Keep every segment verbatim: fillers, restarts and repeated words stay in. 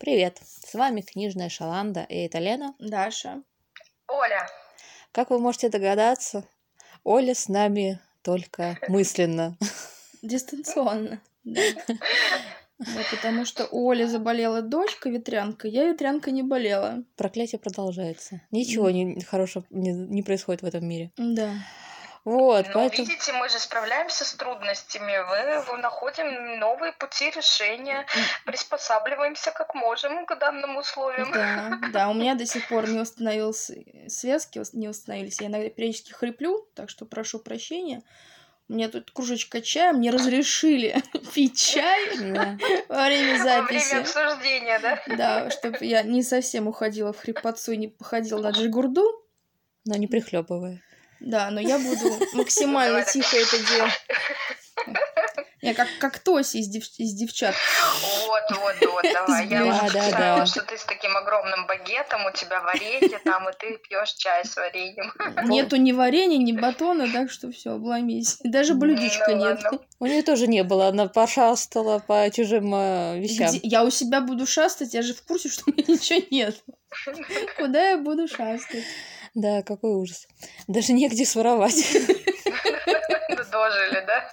Привет, с вами книжная Шаланда, и это Лена. Даша. Оля. Как вы можете догадаться, Оля с нами только мысленно. Дистанционно, да. Да, потому что у Оли заболела дочка ветрянка, я ветрянка не болела. Проклятие продолжается. Ничего не, хорошего не, не происходит в этом мире. Да. Вот, Ну, поэтому... видите, мы же справляемся с трудностями, мы, мы находим новые пути решения, приспосабливаемся как можем к данным условиям. Да, да, у меня до сих пор не установился связки, не установились. Я иногда периодически хриплю, так что прошу прощения. У меня тут кружечка чая, мне разрешили пить чай Да. во время записи. Во время обсуждения, да? Да, чтобы я не совсем уходила в хрипотцу и не походила на джигурду. Но не прихлебывая. Да, но я буду максимально тихо это делать. Я как, как Тося из, дев, из девчат. Вот, вот, вот, давай. Я Да, уже да, представила, да. что ты с таким огромным багетом, у тебя варенье там, и ты пьешь чай с вареньем. Нету ни варенья, ни батона, так что все, обломись. Даже блюдечка Ну, нет. ладно. У нее тоже не было, она пошастала по чужим э, вещам. Где? Я у себя буду шастать, я же в курсе, что у меня ничего нет. Куда я буду шастать? Да, какой ужас. Даже негде своровать. Дожили, да?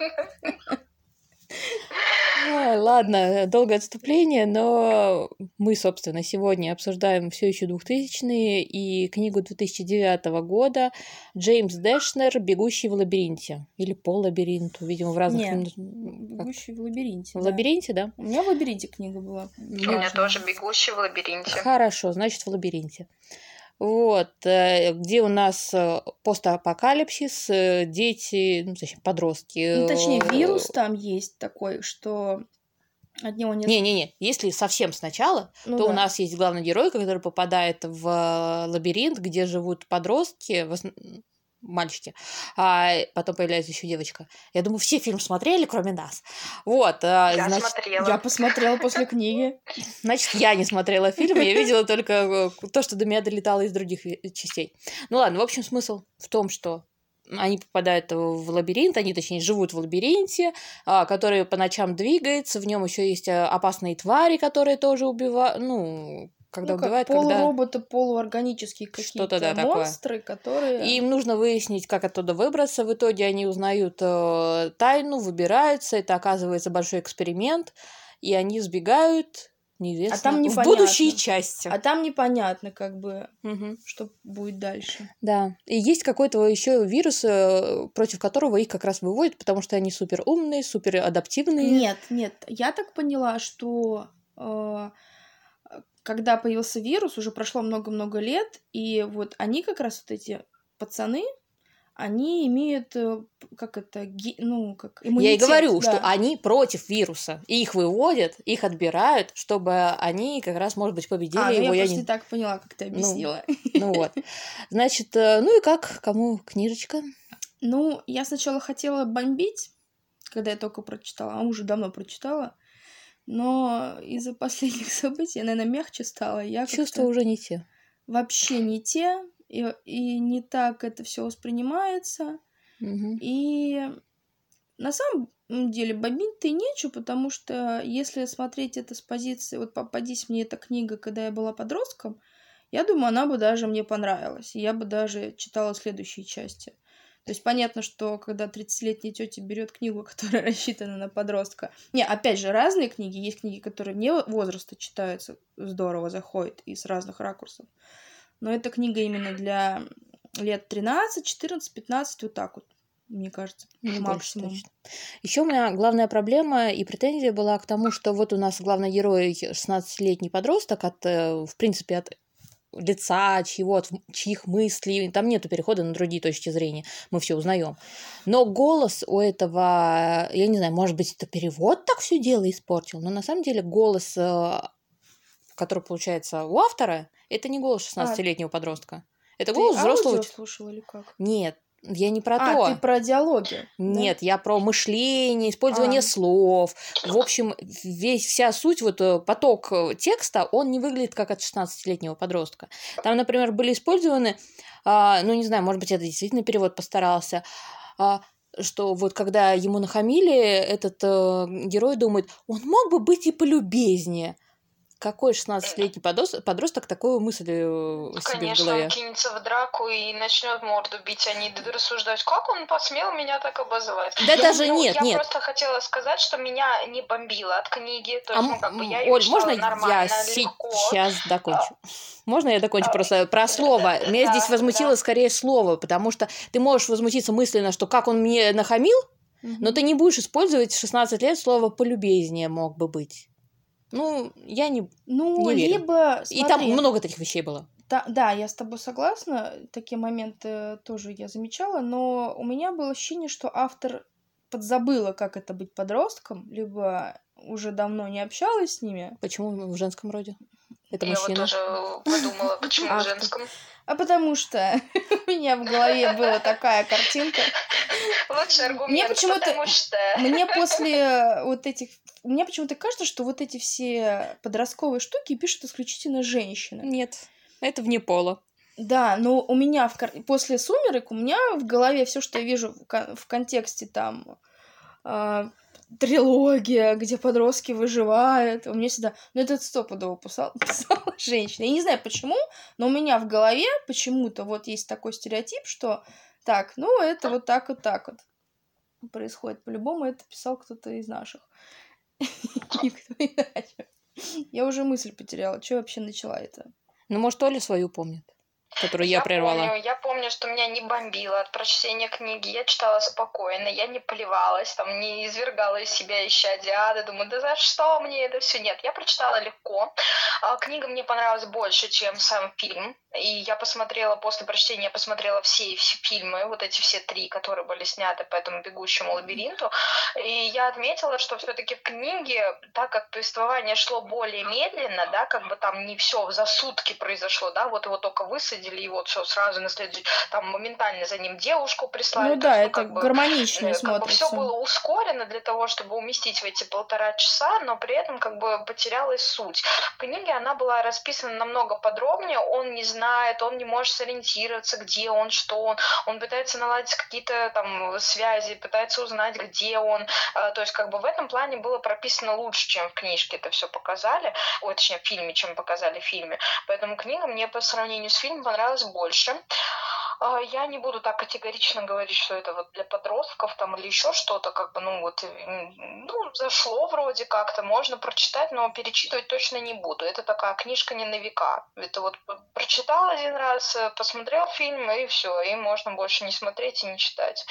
Ой, ладно, долгое отступление, но мы, собственно, сегодня обсуждаем все еще двухтысячные и книгу две тысячи девятого года Джеймс Дэшнер «Бегущий в лабиринте». Или по лабиринту, видимо, в разных... Нет, книг- «Бегущий в лабиринте». В да. лабиринте, да? У меня в лабиринте книга была. У меня тоже «Бегущий в лабиринте». Хорошо, значит, в лабиринте. Вот, э, где у нас э, постапокалипсис, э, дети, ну, точнее, подростки. Ну, точнее, э, вирус там есть такой, что от него не... Не-не-не, если совсем сначала, Ну то да. у нас есть главный герой, который попадает в лабиринт, где живут подростки, в основ- мальчики, а потом появляется еще девочка. Я думаю, все фильм смотрели, кроме нас. Вот, а, Я значит, смотрела. Я посмотрела после книги. значит, я не смотрела фильм, я видела только э, то, что до меня долетало из других ви- частей. Ну ладно, в общем, смысл в том, что они попадают в лабиринт, они, точнее, живут в лабиринте, а, который по ночам двигается, в нем еще есть а, опасные твари, которые тоже убивают, ну, когда Ну, как убивают, когда... полуроботы, полуорганические Что-то, какие-то да, такое. монстры, которые... И им нужно выяснить, как оттуда выбраться. В итоге они узнают э, тайну, выбираются. Это оказывается большой эксперимент. И они сбегают, неизвестно, А там в непонятно. будущие части. А там непонятно, как бы, Мгм. что будет дальше. Да. И есть какой-то еще вирус, э, против которого их как раз выводят, потому что они супер умные, супер адаптивные. Нет, нет, я так поняла, что э, когда появился вирус, уже прошло много-много лет, и вот они как раз вот эти пацаны, они имеют, э, как это, ги- ну, как Я и иммунитет. говорю, да. что они против вируса. И их выводят, их отбирают, чтобы они как раз, может быть, победили А, ну его. я Я просто не- не так поняла, как ты объяснила. Ну вот. Значит, э, ну и как? Кому книжечка? Ну, я сначала хотела бомбить, когда я только прочитала, а уже давно прочитала, но из-за последних событий я, наверное, мягче стала. Я Чувства как-то уже не те. вообще не те, и, и не так это все воспринимается. Мгм. И на самом деле бомбить-то и нечего, потому что если смотреть это с позиции, вот попадись мне эта книга, когда я была подростком, я думаю, она бы даже мне понравилась, и я бы даже читала следующие части. То есть понятно, что когда тридцатилетняя тетя берет книгу, которая рассчитана на подростка. Не, опять же, разные книги. Есть книги, которые вне возраста читаются, здорово заходят и с разных ракурсов. Но эта книга именно для лет тринадцать, четырнадцать, пятнадцать, вот так вот, мне кажется, Не больше максимум. точно. Еще у меня главная проблема и претензия была к тому, что вот у нас главный герой шестнадцатилетний подросток от, э, в принципе, от лица, чьего, от чьих мыслей, там нету перехода на другие точки зрения, мы все узнаем. Но голос у этого, я не знаю, может быть, это перевод так все дело испортил, но на самом деле голос, э, который получается у автора, это не голос шестнадцатилетнего подростка. Это Ты голос взрослого... аудио слушала или как? Нет, я не про А, то. ты про диалоги. Нет, я про мышление, использование А. слов. В общем, весь, вся суть, вот э, поток э, текста, он не выглядит как от шестнадцатилетнего подростка. Там, например, были использованы, а, ну, не знаю, может быть, это действительно перевод постарался, а, что вот когда ему нахамили, этот э, герой думает, он мог бы быть и полюбезнее. какой шестнадцатилетний подросток, подросток такую мысль э, себе в Конечно, голове? он кинется в драку и начнет морду бить, а не рассуждать, как он посмел меня так обозвать. Да Я, даже ну, нет, я нет. просто хотела сказать, что меня не бомбило от книги, то А, есть, м- ну, как бы я м, ее Оль, читала можно я нормально, легко. сейчас закончу? А, Можно я докончу а, просто про да, слово? да, Меня здесь да, возмутило да. скорее слово, потому что ты можешь возмутиться мысленно, что как он мне нахамил, но Мгм. ты не будешь использовать в шестнадцать лет слово «полюбезнее» мог бы быть. Ну, я не, Ну, не верю. либо, И там смотри, много таких вещей было. та- да, я с тобой согласна, такие моменты тоже я замечала, но у меня было ощущение, что автор подзабыла, как это быть подростком, либо уже давно не общалась с ними. Почему в женском роде? Это Я вот мужчина. тоже подумала, почему в Автор. женском. А потому что у меня в голове была такая картинка. Лучший Мне аргумент, почему-то, потому что... мне после вот этих, мне почему-то кажется, что вот эти все подростковые штуки пишут исключительно женщины. Нет, это вне пола. Да, но у меня в кар- после «Сумерек» у меня в голове все, что я вижу в, кон- в контексте там а, трилогия, где подростки выживают, у меня всегда, ну это стопудово писал, писала женщина. Я не знаю почему, но у меня в голове почему-то вот есть такой стереотип, что так, ну это вот так вот так вот происходит. По-любому это писал кто-то из наших. Никто иначе. Я уже мысль потеряла, что я вообще начала это. Ну, может, Оля свою помнит, которую я, Я прервала. помню, я помню, что меня не бомбило от прочтения книги. Я читала спокойно, я не плевалась, там, не извергала из себя исчадия ада. Думаю, да за что мне это все? Нет, я прочитала легко. А, книга мне понравилась больше, чем сам фильм. И я посмотрела, после прочтения я посмотрела все, все фильмы, вот эти все три, которые были сняты по этому «Бегущему лабиринту». И я отметила, что все-таки в книге, так как повествование шло более медленно, да, как бы там не все за сутки произошло, да, вот его только высадили, и вот все сразу на следующий, там моментально за ним девушку прислали. Ну то да, есть, ну, это как бы, гармоничнее э, как бы все смотрится. было ускорено для того, чтобы уместить в эти полтора часа, но при этом как бы потерялась суть. В книге она была расписана намного подробнее, он не знает, он не может сориентироваться, где он, что он, он пытается наладить какие-то там связи, пытается узнать, где он, а, то есть как бы в этом плане было прописано лучше, чем в книжке это все показали, ой, точнее в фильме, чем показали в фильме, поэтому книга мне по сравнению с фильмом понравилась больше. Я не буду так категорично говорить, что это вот для подростков там или еще что-то, как бы, ну вот, ну, зашло вроде как-то, можно прочитать, но перечитывать точно не буду. Это такая книжка не на века. Это вот прочитал один раз, посмотрел фильм, и все, и можно больше не смотреть и не читать.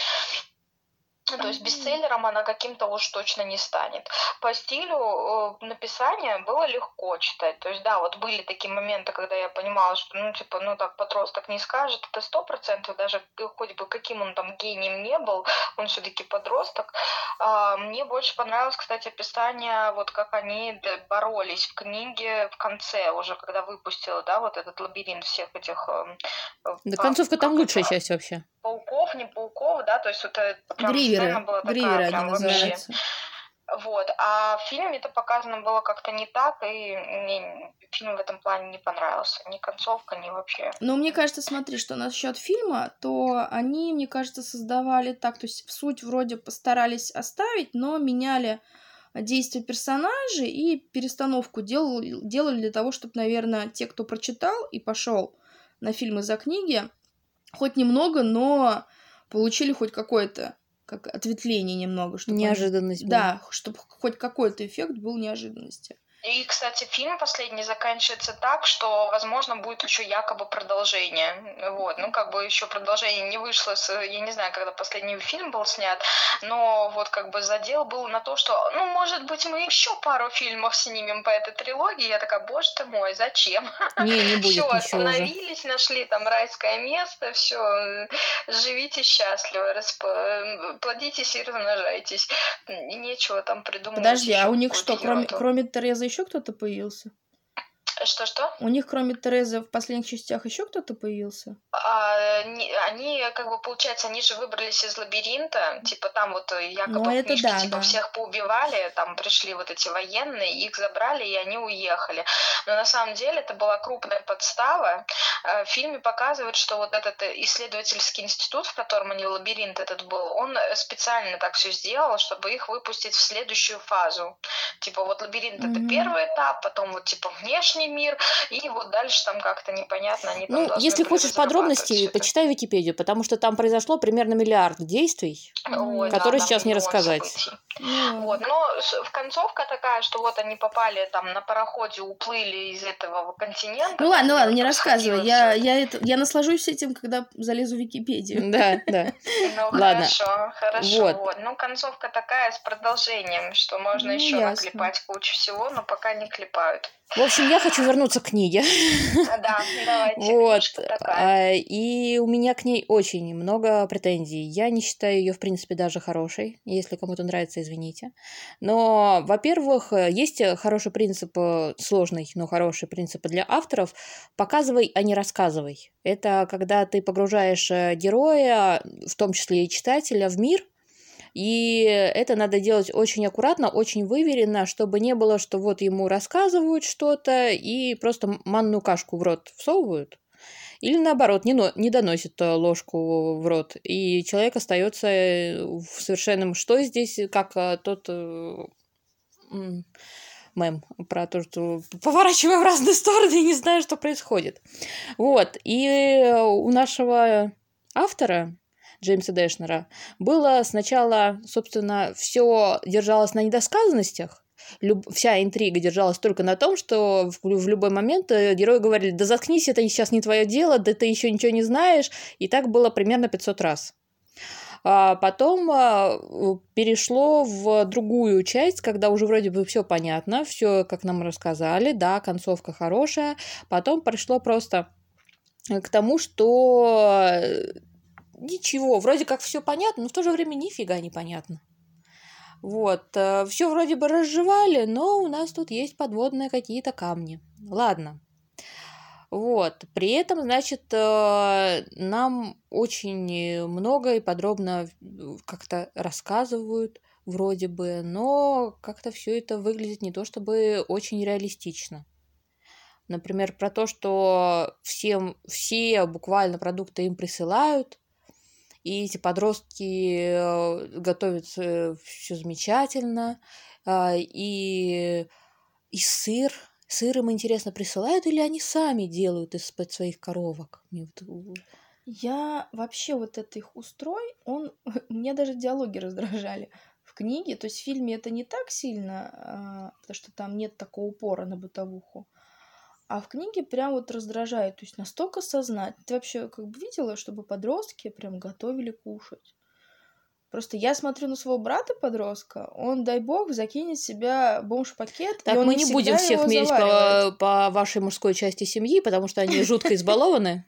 То есть бестселлером она каким-то уж точно не станет. По стилю э, написания было легко читать. То есть, да, вот были такие моменты, когда я понимала, что, ну, типа, ну, так подросток не скажет, это сто процентов, даже хоть бы каким он там гением не был, он все-таки подросток. А, мне больше понравилось, кстати, описание, вот как они боролись в книге в конце, уже когда выпустила, да, вот этот лабиринт всех этих... Э, Да, концовка там лучшая это? часть вообще. Пауков, не пауков, да, то есть вот это прям Гриверы. сцена была такая, Гриверы прям они вообще. называются. Вот, а в фильме это показано было как-то не так, и мне фильм в этом плане не понравился, ни концовка, ни вообще. Но мне кажется, смотри, что насчет фильма, то они, мне кажется, создавали так, то есть в суть вроде постарались оставить, но меняли действия персонажей и перестановку делали, делали для того, чтобы, наверное, те, кто прочитал и пошел на фильм из-за книги, хоть немного, но получили хоть какое-то как ответвление немного. Чтобы неожиданность они... Да, чтобы хоть какой-то эффект был неожиданности. И, кстати, фильм последний заканчивается так, что, возможно, будет еще якобы продолжение. Вот, ну, как бы еще продолжение не вышло, с, я не знаю, когда последний фильм был снят, но вот как бы задел был на то, что, ну, может быть, мы еще пару фильмов снимем по этой трилогии. Я такая, боже ты мой, зачем? Не, не будет все, ничего остановились, уже. Нашли там райское место, все, живите счастливо, расп... плодитесь и размножайтесь. И нечего там придумывать. Подожди, а у них что, кроме, кроме Терезы еще кто-то появился? Что-что? У них, кроме Терезы, в последних частях еще кто-то появился? А, не, они, как бы, получается, они же выбрались из лабиринта, типа там вот якобы ну, в книжке, да, типа, да. всех поубивали, там пришли вот эти военные, их забрали, и они уехали. Но на самом деле это была крупная подстава. в фильме показывают, что вот этот исследовательский институт, в котором они лабиринт этот был, он специально так все сделал, чтобы их выпустить в следующую фазу. Типа вот лабиринт mm-hmm. это первый этап, потом вот типа внешний мир, и вот дальше там как-то непонятно. Они там ну, если хочешь подробностей, почитай Википедию, потому что там произошло примерно миллиард действий, Ой, которые да, сейчас не рассказать. Mm. Вот, но концовка такая, что вот они попали там на пароходе, уплыли из этого континента. Ну ладно, ладно, не рассказывай. Я, я, это, я наслажусь этим, когда залезу в Википедию. Да, да. Ну хорошо, хорошо. Вот. Ну, концовка такая с продолжением, что можно еще наклепать кучу всего, но пока не клепают. В общем, я хочу вернуться к книге. Да, давайте. Вот. И у меня к ней очень много претензий. Я не считаю ее, в принципе, даже хорошей. Если кому-то нравится, извините. Но, во-первых, есть хороший принцип, сложный, но хороший принцип для авторов. Показывай, а не рассказывай. Это когда ты погружаешь героя, в том числе и читателя, в мир. И это надо делать очень аккуратно, очень выверенно, чтобы не было, что вот ему рассказывают что-то и просто манную кашку в рот всовывают. Или наоборот, не, но, не доносит ложку в рот, и человек остается в совершенном... Что здесь, как тот мем про то, что поворачиваем в разные стороны и не знаю, что происходит. Вот. И у нашего автора... Джеймса Дэшнера, было сначала, собственно, все держалось на недосказанностях, люб... вся интрига держалась только на том, что в, в любой момент герои говорили: да заткнись, это сейчас не твое дело, да ты еще ничего не знаешь, и так было примерно пятьсот раз. А потом а, перешло в другую часть, когда уже вроде бы все понятно, все как нам рассказали, да, концовка хорошая, потом пришло просто к тому, что... Ничего, вроде как все понятно, но в то же время нифига не понятно. Вот, все вроде бы разжевали, но у нас тут есть подводные какие-то камни. Ладно. Вот, при этом, значит, нам очень много и подробно как-то рассказывают, вроде бы, но как-то все это выглядит не то чтобы очень реалистично. Например, про то, что всем, все буквально продукты им присылают, и эти подростки готовятся все замечательно. И, и сыр. Сыр им, интересно, присылают или они сами делают из-под своих коровок? Я вообще вот этот их устрой, он... Меня даже диалоги раздражали в книге. То есть в фильме это не так сильно, потому что там нет такого упора на бытовуху. А в книге прям вот раздражает, то есть настолько сознательно. Ты вообще как бы видела, чтобы подростки прям готовили кушать? Просто я смотрю на своего брата-подростка, он, дай бог, закинет в себя бомж-пакет. Так, и он мы не не будем всех мерить по, по вашей мужской части семьи, потому что они жутко избалованы.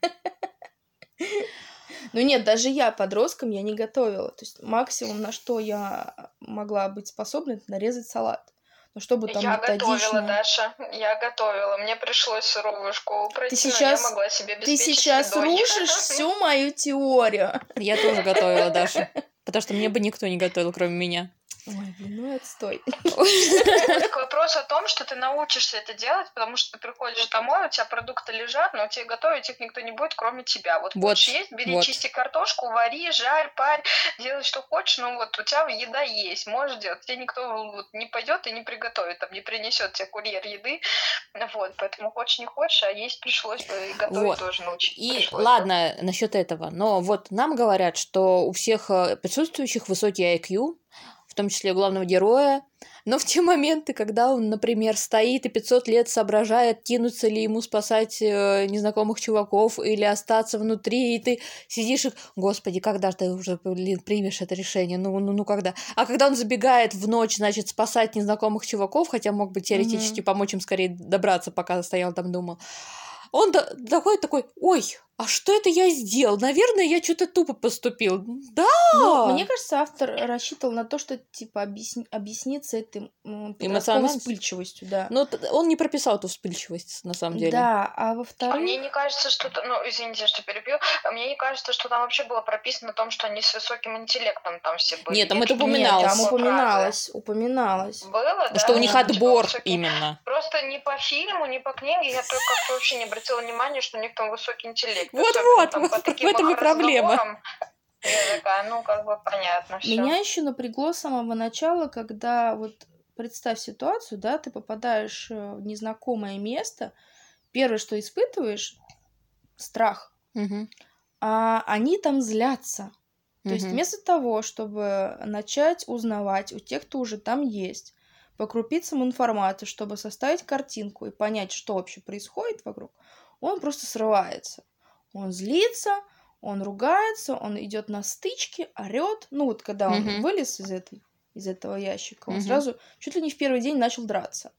Ну нет, даже я подростком я не готовила. То есть максимум, на что я могла быть способна, это нарезать салат. Ну, чтобы там я методично... готовила, Даша, я готовила. Мне пришлось суровую школу пройти, ты сейчас... но я могла себе обеспечить Ты сейчас едой. рушишь всю мою теорию. Я тоже готовила, Даша. Потому что мне бы никто не готовил, кроме меня. Ой, блин, ну отстой. Так вопрос о том, что ты научишься это делать, потому что ты приходишь домой, у тебя продукты лежат, но тебе готовить их никто не будет, кроме тебя. Вот, вот хочешь есть, бери, вот. Чисти картошку, вари, жарь, парь, делай, что хочешь, но вот у тебя еда есть, можешь делать. Тебе никто вот не пойдет и не приготовит, там, не принесет тебе курьер еды. Вот, поэтому хочешь не хочешь, а есть пришлось бы и готовить вот. Тоже научить. И пришлось ладно, бы. Насчет этого, но вот нам говорят, что у всех присутствующих высокий ай кью, в том числе у главного героя, но в те моменты, когда он, например, стоит и пятьсот лет соображает, кинуться ли ему спасать э, незнакомых чуваков или остаться внутри, и ты сидишь и, господи, когда ты уже, блин, примешь это решение, ну, ну, ну, когда? А когда он забегает в ночь, значит, спасать незнакомых чуваков, хотя мог бы теоретически mm-hmm. помочь им скорее добраться, пока стоял там, думал, он доходит такой: ой, а что это я сделал? Наверное, я что-то тупо поступил. Да! Но мне кажется, автор рассчитывал на то, что типа объясни... объясниться этой м, подростковой Эмоциональность. вспыльчивостью, да. Но т- он не прописал эту вспыльчивость, на самом деле. Да, а А во-вторых... мне не кажется, что... то- Ну, извините, что перебью. А мне не кажется, что там вообще было прописано о том, что они с высоким интеллектом там все были. Нет, там Я это что-то не Нет, упоминалось. там такой фразы. упоминалось, упоминалось. Было, да? Что у них Ну, типа отбор высокий... именно. Просто ни по фильму, ни по книге я только как-то вообще не обратила внимания, что у них там высокий интеллект. Вот-вот, Особенно там вот по в таким этом и их проблема. разговорам. Я такая, ну, как бы понятно все. Меня еще напрягло с самого начала, когда вот представь ситуацию, да, ты попадаешь э, в незнакомое место, первое, что испытываешь, страх, Мгм. а они там злятся. То есть Мгм. вместо того, чтобы начать узнавать у тех, кто уже там есть, по крупицам информацию, чтобы составить картинку и понять, что вообще происходит вокруг, он просто срывается. Он злится, он ругается, он идет на стычки, орет. Ну вот когда он Мгм. вылез из этой, из этого ящика, он Мгм. сразу чуть ли не в первый день начал драться.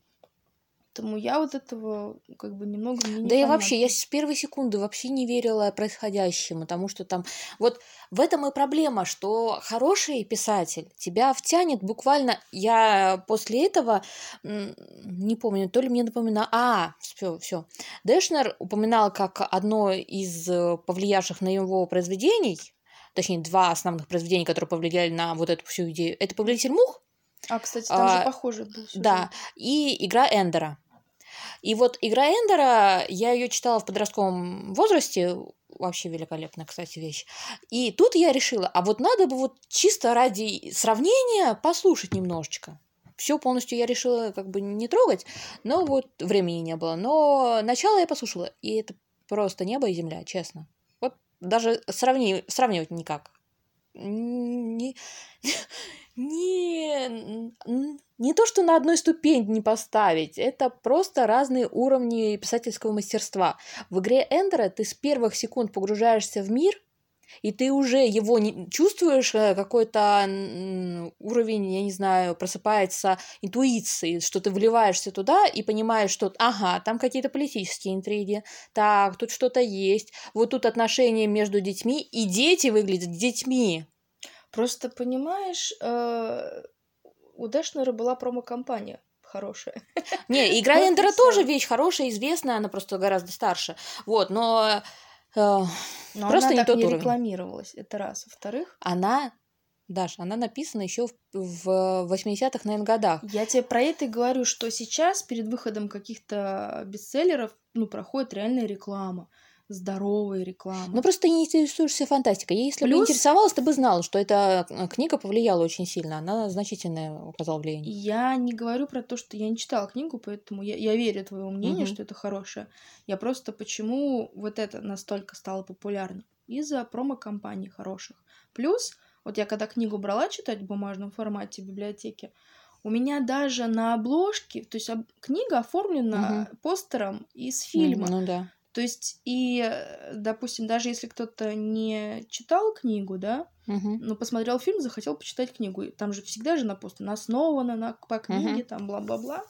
Поэтому я вот этого как бы немного мне Да и вообще, я непонятно. с первой секунды вообще не верила происходящему, потому что там... Вот в этом и проблема, что хороший писатель тебя втянет буквально... Я после этого, м, не помню, то ли мне напоминало... А, все, все. Дэшнер упоминал как одно из э, повлиявших на его произведений, точнее, два основных произведения, которые повлияли на вот эту всю идею. Это «Повелитель мух», А, кстати, там же а, похожий был да, сюжет. и «Игра Эндера». И вот «Игра Эндера», я ее читала в подростковом возрасте, вообще великолепная, кстати, вещь. И тут я решила, а вот надо бы вот чисто ради сравнения послушать немножечко. Все полностью я решила как бы не трогать, но вот времени не было. Но начало я послушала, и это просто небо и земля, честно. Вот даже сравни... сравнивать никак. Не, не, не то, что на одной ступень не поставить, это просто разные уровни писательского мастерства. В «Игре Эндера» ты с первых секунд погружаешься в мир, и ты уже его не чувствуешь, э, какой-то м, уровень, я не знаю, просыпается интуиции, что ты вливаешься туда и понимаешь, что ага, там какие-то политические интриги, так, тут что-то есть, вот тут отношения между детьми, и дети выглядят детьми. Просто, понимаешь, э, у Дэшнера была промо-компания хорошая. Не, «Игра Вот и Эндера всё. тоже вещь хорошая, известная, она просто гораздо старше. Вот, но э, Но просто она не так тот не уровень. рекламировалась. Это раз. Во-вторых, Она, Даша, она написана еще в, в восьмидесятых, наверное, годах. я тебе про это и говорю, что сейчас перед выходом каких-то бестселлеров, ну, проходит реальная реклама. Здоровая реклама. Ну, просто ты не интересуешься фантастикой. Если бы Плюс- интересовалась, ты бы знала, что эта э, книга повлияла очень сильно. Она значительное оказала влияние. Я не говорю про то, что я не читала книгу, поэтому я, я верю твоему мнению, Мгм. что это хорошее. Я просто почему вот это настолько стало популярным? Из-за промо-компаний хороших. Плюс, вот я когда книгу брала читать в бумажном формате в библиотеке, у меня даже на обложке, то есть об- книга оформлена постером из фильма. М, Ну да. То есть, и, э, допустим, даже если кто-то не читал книгу, да, Мгм. но посмотрел фильм, захотел почитать книгу. И там же всегда же на постере основано на, по книге, Мгм. там бла-бла-бла.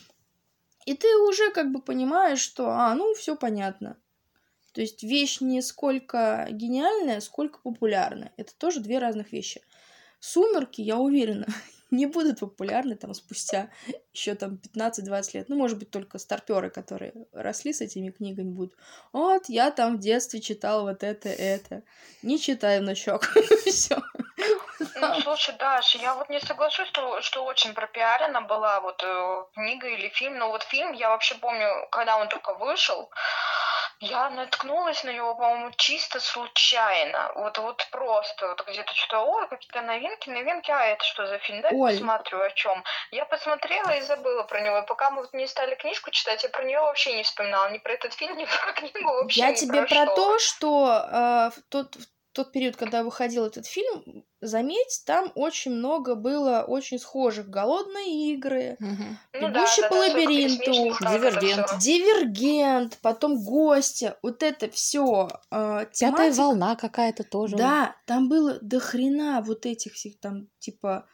И ты уже как бы понимаешь, что, а, ну, все понятно. То есть вещь не сколько гениальная, сколько популярная. Это тоже две разных вещи. «Сумерки», я уверена, не будут популярны там спустя еще там пятнадцать-двадцать лет. Ну, может быть, только старпёры, которые росли с этими книгами, будут. Вот, я там в детстве читал вот это, это. Не читай, внучок. Все. Ну, слушай, Даш, я вот не соглашусь, что, что очень пропиарена была вот э, книга или фильм. Но вот фильм, я вообще помню, когда он только вышел, я наткнулась на него, по-моему, чисто случайно. Вот, вот просто, вот где-то что-то, ой, какие-то новинки, новинки, а это что за фильм? Дай Оль. посмотрю, о чем. Я посмотрела и забыла про него. И пока мы вот не стали книжку читать, я про нее вообще не вспоминала. Ни про этот фильм, ни про книгу вообще Я ни тебе про про что. то, что э, в тот, в тот период, когда выходил этот фильм, заметь, там очень много было очень схожих. «Голодные игры», Мгм. Ну «Бегущий да, по да, да, всё, лабиринту», «Пересмешник», там вот это «Дивергент». всё. «Дивергент», потом «Гости». Вот это все Пятая тематика. волна какая-то тоже. Да, там было до хрена вот этих всех там, типа,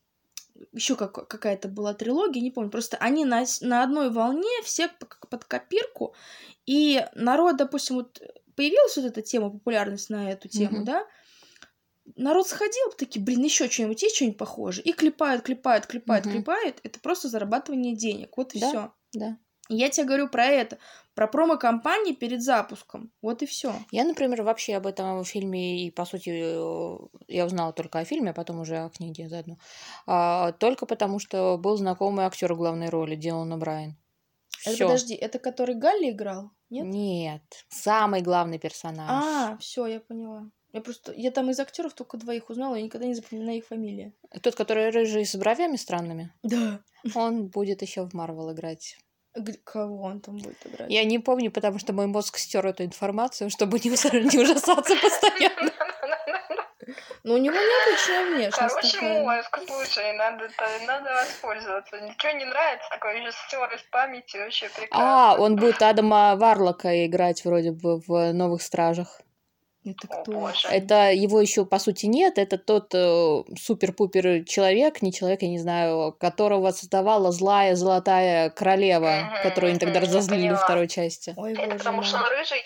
еще как, какая-то была трилогия, не помню. Просто они на, с- на одной волне, все п- под копирку, и народ, допустим, вот появилась вот эта тема, популярность на эту тему, Мгм. да, народ сходил, такие, блин, еще что-нибудь, есть что-нибудь похожее, и клепают, клепают, клепают, Мгм. клепают, это просто зарабатывание денег, вот и Да, все. да. Я тебе говорю про это, про промо-компании перед запуском, вот и все. Я, например, вообще об этом фильме, и, по сути, э, я узнала только о фильме, а потом уже о книге заодно. А, только потому, что был знакомый актер главной роли, Дилан О'Брайен. Это, Всё. подожди, это который Галли играл? Нет? Нет, самый главный персонаж. А, все, я поняла. Я просто, я там из актеров только двоих узнала, я никогда не запоминаю их фамилии. Тот, который рыжий с бровями странными, Да. он будет еще в Марвел играть. Г- Кого он там будет играть? Я не помню, потому что мой мозг стер эту информацию, чтобы не, ус- не ужасаться постоянно. Ну, у него необычная внешность Хороший такая. мозг, слушай, надо, то- надо воспользоваться. Ничего не нравится, такой же стер из памяти, вообще А, прекрасно. он будет Адама Варлока играть вроде бы в «Новых стражах». Это О, кто? боже. Это его еще по сути нет. Это тот э, супер-пупер человек, не человек, я не знаю, которого создавала злая золотая королева, Мгм, которую они тогда мгм, я разозлили во поняла. второй части. Ой, Это боже потому что мой. он рыжий.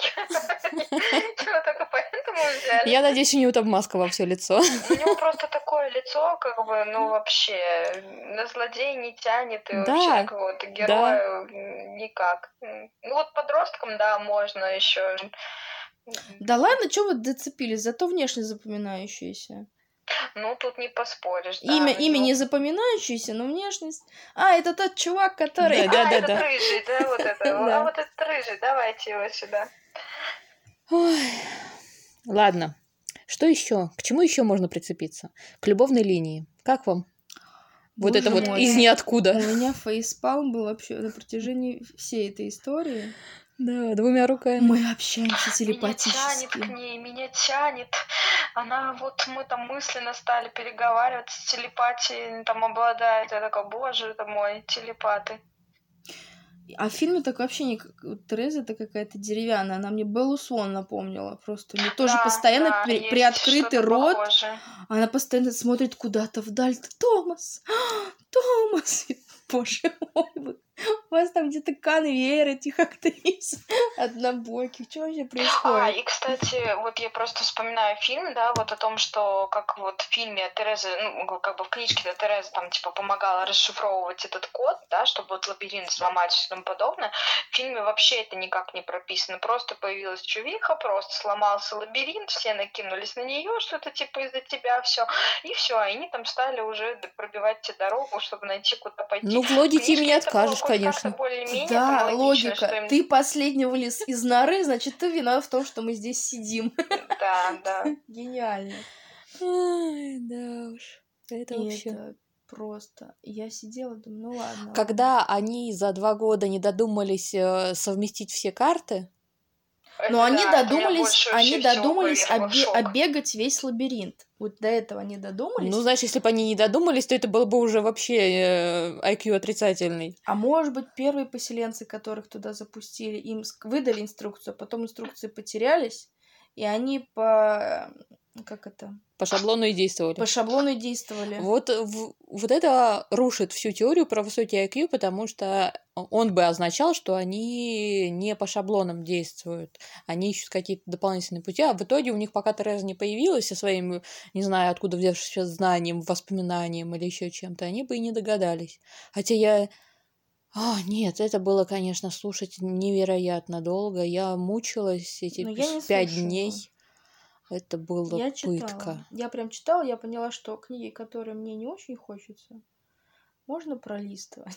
Чего, только поэтому взяли? Я надеюсь, у него там маска во все лицо. У него просто такое лицо, как бы, ну, вообще, на злодея не тянет, и вообще Да, на какого-то героя м, никак. М, Ну, вот подросткам, да, можно еще. Да ладно, что вы доцепились, зато внешне запоминающаяся. Ну, тут не поспоришь, да. Имя, имя ну. не запоминающееся, но внешность... А, это тот чувак, который... Да, А, да, этот да. рыжий, да, вот это. Да. А вот этот рыжий, давайте его сюда. Ой. Ладно. Что еще? К чему еще можно прицепиться? К любовной линии. Как вам? Вот Боже это вот мой. из У ниоткуда. меня фейспалм был вообще на протяжении всей этой истории. Да, двумя руками. Мы общаемся Меня тянет к телепатически. ней, меня тянет. Она вот, мы там мысленно стали переговаривать, с телепатией там обладает. Я такая, боже это мой, телепаты. А в фильме так вообще не... Тереза-то какая-то деревянная. Она мне Беллу Свон напомнила. Просто у нее тоже Да, постоянно да, при- есть приоткрытый что-то рот. похожее. Она постоянно смотрит куда-то вдаль. Томас! Томас! Боже мой, вы- у вас там где-то конвейер этих актрис однобоких. Что вообще А, происходит? и, кстати, вот я просто вспоминаю фильм, да, вот о том, что как вот в фильме Тереза, ну, как бы в книжке-то Тереза там, типа, помогала расшифровывать этот код, да, чтобы вот лабиринт сломать и тому подобное. В фильме вообще это никак не прописано. Просто появилась чувиха, просто сломался лабиринт, все накинулись на нее, что-то типа из-за тебя все, и все, они там стали уже пробивать тебе дорогу, чтобы найти, куда пойти. Ну, в логике В им не книжке это было откажешь, хоть как-то конечно. более-менее Да, там логично, логика. что им- Ты последний вылез из норы, значит, ты виноват в том, что мы здесь сидим. Да, да. Гениально. Ай, да уж. Это И вообще... это просто... Я сидела, думаю, ну ладно. ладно. Когда они за два года не додумались э, совместить все карты, Но Это они да, это меня додумались, больше они вообще всего додумались повергло в обе- шок. обегать весь лабиринт. Вот до этого они додумались. ну, знаешь, если бы они не додумались, то это был бы уже вообще э, ай кью отрицательный. А может быть, первые поселенцы, которых туда запустили, им ск- выдали инструкцию, а потом инструкции потерялись, и они по... Как это? По шаблону и действовали. По шаблону и действовали. Вот, в- вот это рушит всю теорию про высокий ай кью, потому что он бы означал, что они не по шаблонам действуют, они ищут какие-то дополнительные пути, а в итоге у них пока Тереза не появилась со своим, не знаю, откуда взявшимся знанием, воспоминанием или еще чем-то, они бы и не догадались. Хотя я... А, нет, это было, конечно, слушать невероятно долго. Я мучилась эти Но я не пять слушала. дней. Это было Я пытка. читала. Я прям читала, я поняла, что книги, которые мне не очень хочется, можно пролистывать.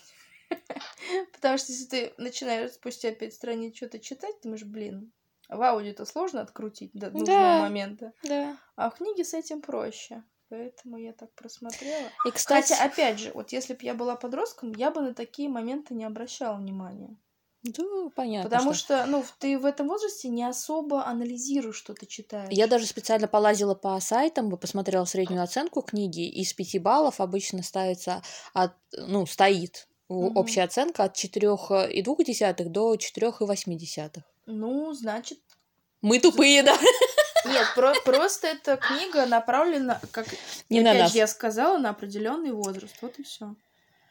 Потому что если ты начинаешь спустя пять страниц что-то читать, ты думаешь, блин, в аудио-то сложно открутить до нужного Да. момента. Да. А в книге с этим проще. Поэтому я так просмотрела. И, кстати, Хотя, опять же, вот если бы я была подростком, я бы на такие моменты не обращала внимания. да, понятно. Потому что... что, ну, ты в этом возрасте не особо анализируешь, что ты читаешь. Я даже специально полазила по сайтам, посмотрела среднюю оценку книги. Из пяти баллов обычно ставится от, ну, стоит Мгм. общая оценка от четырех и двух десятых до четырех и восьми десятых. Ну, значит... Мы тупые, да? Нет, про- просто эта книга направлена, как Не на опять нас. же я сказала, на определенный возраст. Вот и все.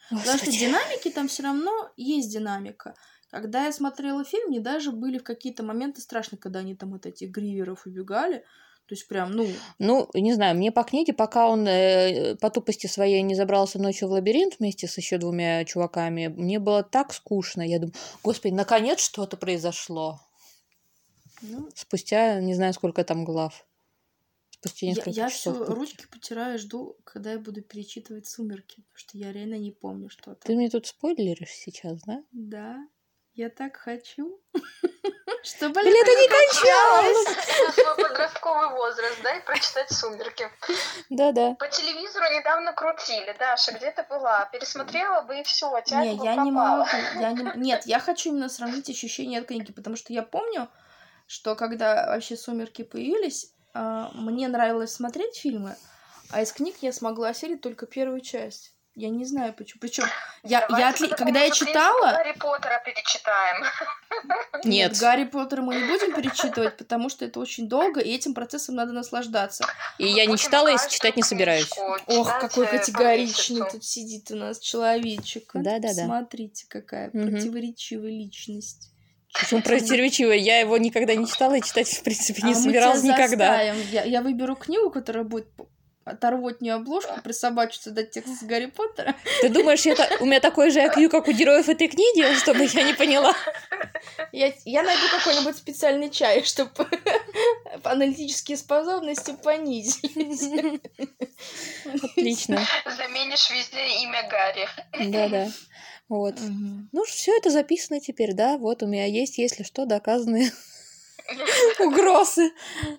Потому что Господи. динамики там все равно есть динамика. Когда я смотрела фильм, мне даже были в какие-то моменты страшно, когда они там от этих гриверов убегали. То есть прям, ну... Ну, не знаю, мне по книге, пока он э, по тупости своей не забрался ночью в лабиринт вместе с еще двумя чуваками, мне было так скучно. Я думаю, господи, наконец что-то произошло. Ну, Спустя не знаю, сколько там глав. Спустя я, несколько я часов. все пути. ручки потираю и жду, когда я буду перечитывать «Сумерки», потому что я реально не помню, что там. Ты мне тут спойлеришь сейчас, да? Да, я так хочу, чтобы Или это не кончалось. На свой подростковый возраст, да, и прочитать «Сумерки». Да-да. По телевизору недавно крутили, Даша, где ты была? Пересмотрела бы и все, тяга Не, бы я не пропала. могу. Я не... Нет, я хочу именно сравнить ощущения от книги, потому что я помню, что когда вообще «Сумерки» появились, а, мне нравилось смотреть фильмы, а из книг я смогла осилить только первую часть. Я не знаю почему. Причем я, я Давайте отли... по когда я такому же принципу читала... Гарри Поттера перечитаем. Нет. Гарри Поттера мы не будем перечитывать, потому что это очень долго, и этим процессом надо наслаждаться. И я не Будем читала, и каждую читать не собираюсь. книжку Ох, читать, какой э, по категоричный месяцу. тут сидит у нас человечек. А? Да-да-да. Посмотрите, какая Мгм. противоречивая личность. Почему противоречивое? Я его никогда не читала и читать, в принципе, не А мы собиралась тебя никогда. заставим. Я, я выберу книгу, которая будет п- оторвать мне обложку, присобачиться до текста Гарри Поттера. Ты думаешь, это у меня такой же ай кью, как у героев этой книги, чтобы я не поняла? Я, я найду какой-нибудь специальный чай, чтобы аналитические способности понизились. Отлично. Заменишь везде имя Гарри. Да-да. Вот. Мгм. Ну, все это записано теперь, да? Вот у меня есть, если что, доказанные угрозы.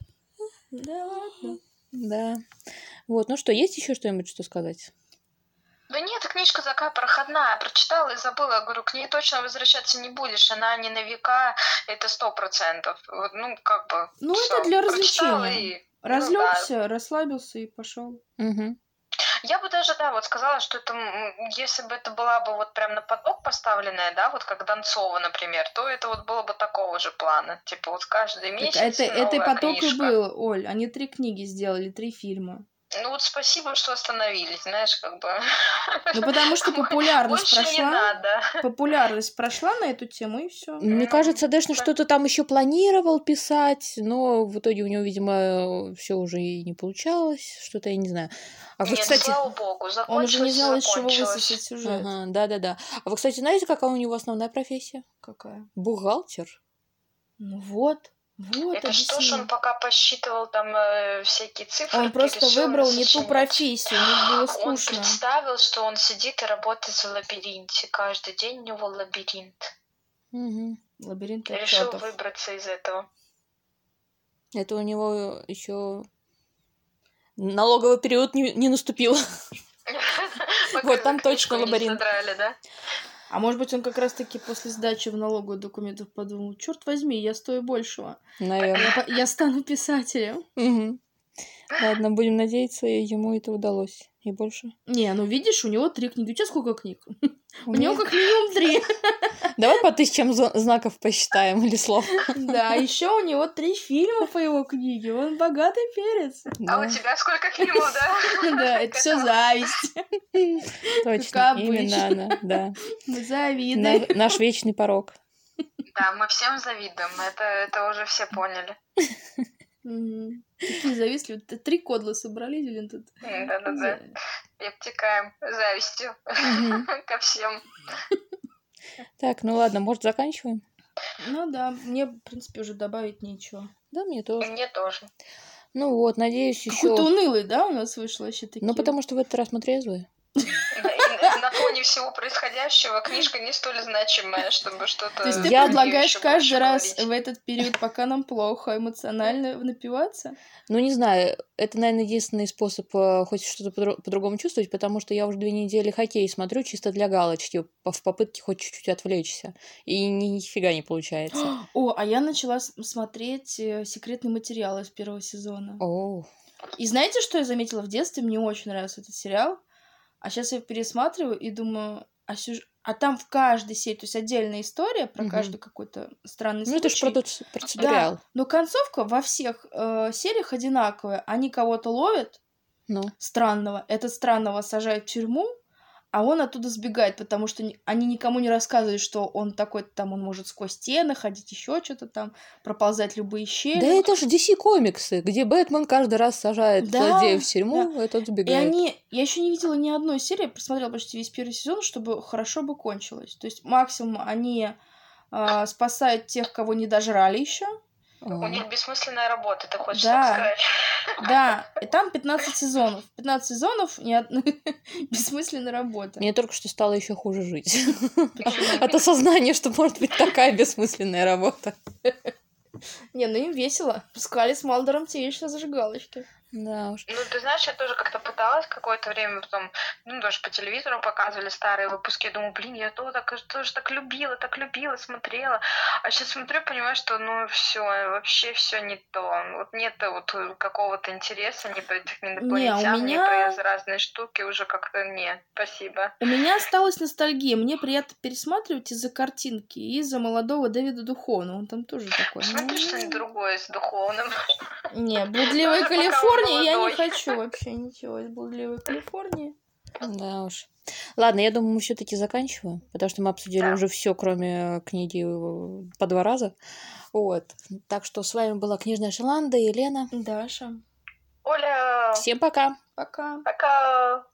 Да ладно. Да. Вот, ну что, есть еще что-нибудь, что сказать? Да нет, книжка такая проходная. Прочитала и забыла. Говорю, к ней точно возвращаться не будешь. Она не на века, это сто процентов. Вот, ну, как бы... Ну, всё. это для Прочитала развлечения. и- Разлегся, расслабился и пошел. Угу. Я бы даже, да, вот сказала, что это, м, если бы это была бы вот прям на поток поставленная, да, вот как Донцова, например, то это вот было бы такого же плана. Типа вот каждый Так месяц это, это и новая поток и книжка. был, Оль. Они три книги сделали, три фильма. Ну вот спасибо, что остановились, знаешь, как бы. Ну, потому что популярность Больше не прошла. надо. Популярность прошла на эту тему, и все. Мне Ну, кажется, Дэшна да. что-то там еще планировал писать, но в итоге у него, видимо, все уже и не получалось, что-то я не знаю. А вы, Нет, кстати... слава богу, Он уже не закончилось, знал, из чего закончилось. высосать сюжет. Ага, да-да-да. А вы, кстати, знаете, какая у него основная профессия? Какая? Бухгалтер. Ну вот, вот, Это что ж объясни. он пока посчитывал там э, всякие цифры? Он просто выбрал не ту профессию, ему было Он скучно. представил, что он сидит и работает в лабиринте. Каждый день у него лабиринт. Угу. Лабиринт Решил отчетов. выбраться из этого. Это у него еще налоговый период не, не наступил. Вот там точно лабиринт. Содрали, да? А может быть, он как раз-таки после сдачи в налоговых документов подумал, черт возьми, я стою большего. Наверное. Я, по- я стану писателем. Угу. Ладно, будем надеяться, ему это удалось. И больше. Не, ну видишь, у него три книги. У тебя сколько книг? У У него меня- как минимум три. Давай по тысячам зна- знаков посчитаем или слов. Да, еще у него три фильма по его книге. Он богатый перец. А Да, у тебя сколько фильмов, да? Да, это все зависть. точно, как именно обычно. она, да. Мы завидуем. На- наш вечный порог. Да, мы всем завидуем, это, это уже все поняли. Мгм. Такие завистливые. Т- Три кодла собрались, блин, тут. Да-да-да. И обтекаем завистью Мгм. ко всем. Так, ну ладно, может, заканчиваем? Ну да, мне, в принципе, уже добавить нечего. Да, мне тоже. Мне тоже. Ну вот, надеюсь, Какой-то еще. унылый, да, у нас вышло вообще такие. Ну, потому что в этот раз мы трезвые. И на фоне всего происходящего книжка не столь значимая, чтобы что-то... То есть ты Я предлагаешь ещё каждый больше раз говорить. в этот период, пока нам плохо, эмоционально напиваться? Ну, не знаю, это, наверное, единственный способ э, хоть что-то по- по-другому чувствовать, потому что я уже две недели хоккей смотрю чисто для галочки, по- в попытке хоть чуть-чуть отвлечься. И ни- нифига не получается. О, а я начала с- смотреть э, секретные материалы из первого сезона. О, И знаете, что я заметила в детстве? Мне очень нравился этот сериал. А сейчас я пересматриваю и думаю, а, сюж... а там в каждой серии, то есть отдельная история про Мгм. каждый какой-то странный ну случай. это же процесс- процедуриал. Но концовка во всех э, сериях одинаковая. Они кого-то ловят Ну, странного, этот странного сажают в тюрьму, а он оттуда сбегает, потому что ни- они никому не рассказывают, что он такой-то там, он может сквозь стены ходить, еще что-то там, проползать любые Да щели. это же ди си комиксы, где Бэтмен каждый раз сажает Да, злодеев в да. тюрьму, и тот И сбегает. они... Я еще не видела ни одной серии, я просмотрела почти весь первый сезон, чтобы хорошо бы кончилось. То есть максимум они а, спасают тех, кого не дожрали еще. У А. них бессмысленная работа, ты хочешь Да. так сказать? Да, и там пятнадцать сезонов. пятнадцать сезонов ни одной бессмысленной работы. Мне только что стало еще хуже жить. Почему? От осознания, что может быть такая бессмысленная работа. Не, ну им весело. Скали с Малдором те еще зажигалочки. Да уж. Ну, ты знаешь, я тоже как-то пыталась какое-то время, потом, ну, тоже по телевизору показывали старые выпуски, я думаю, блин, я то так, тоже так любила, так любила, смотрела, а сейчас смотрю, понимаю, что, ну, все, вообще все не то, вот нет вот какого-то интереса ни про этих инопланетян, меня- ни про разные штуки, уже как-то нет, спасибо. У меня осталась ностальгия. Мне приятно пересматривать из-за картинки и из-за молодого Дэвида Духовна. Он там тоже такой. Посмотри что-нибудь другое с духовным. Не, блудливая Тоже пока он Калифорния я не молодой. хочу вообще ничего из блудливой Калифорнии. Да уж. Ладно, я думаю, мы все-таки заканчиваем, потому что мы обсудили Да. уже все, кроме книги э, по два раза. Вот. Так что с вами была книжная Шеланда и Елена. Даша, Оля, Всем пока! пока. пока.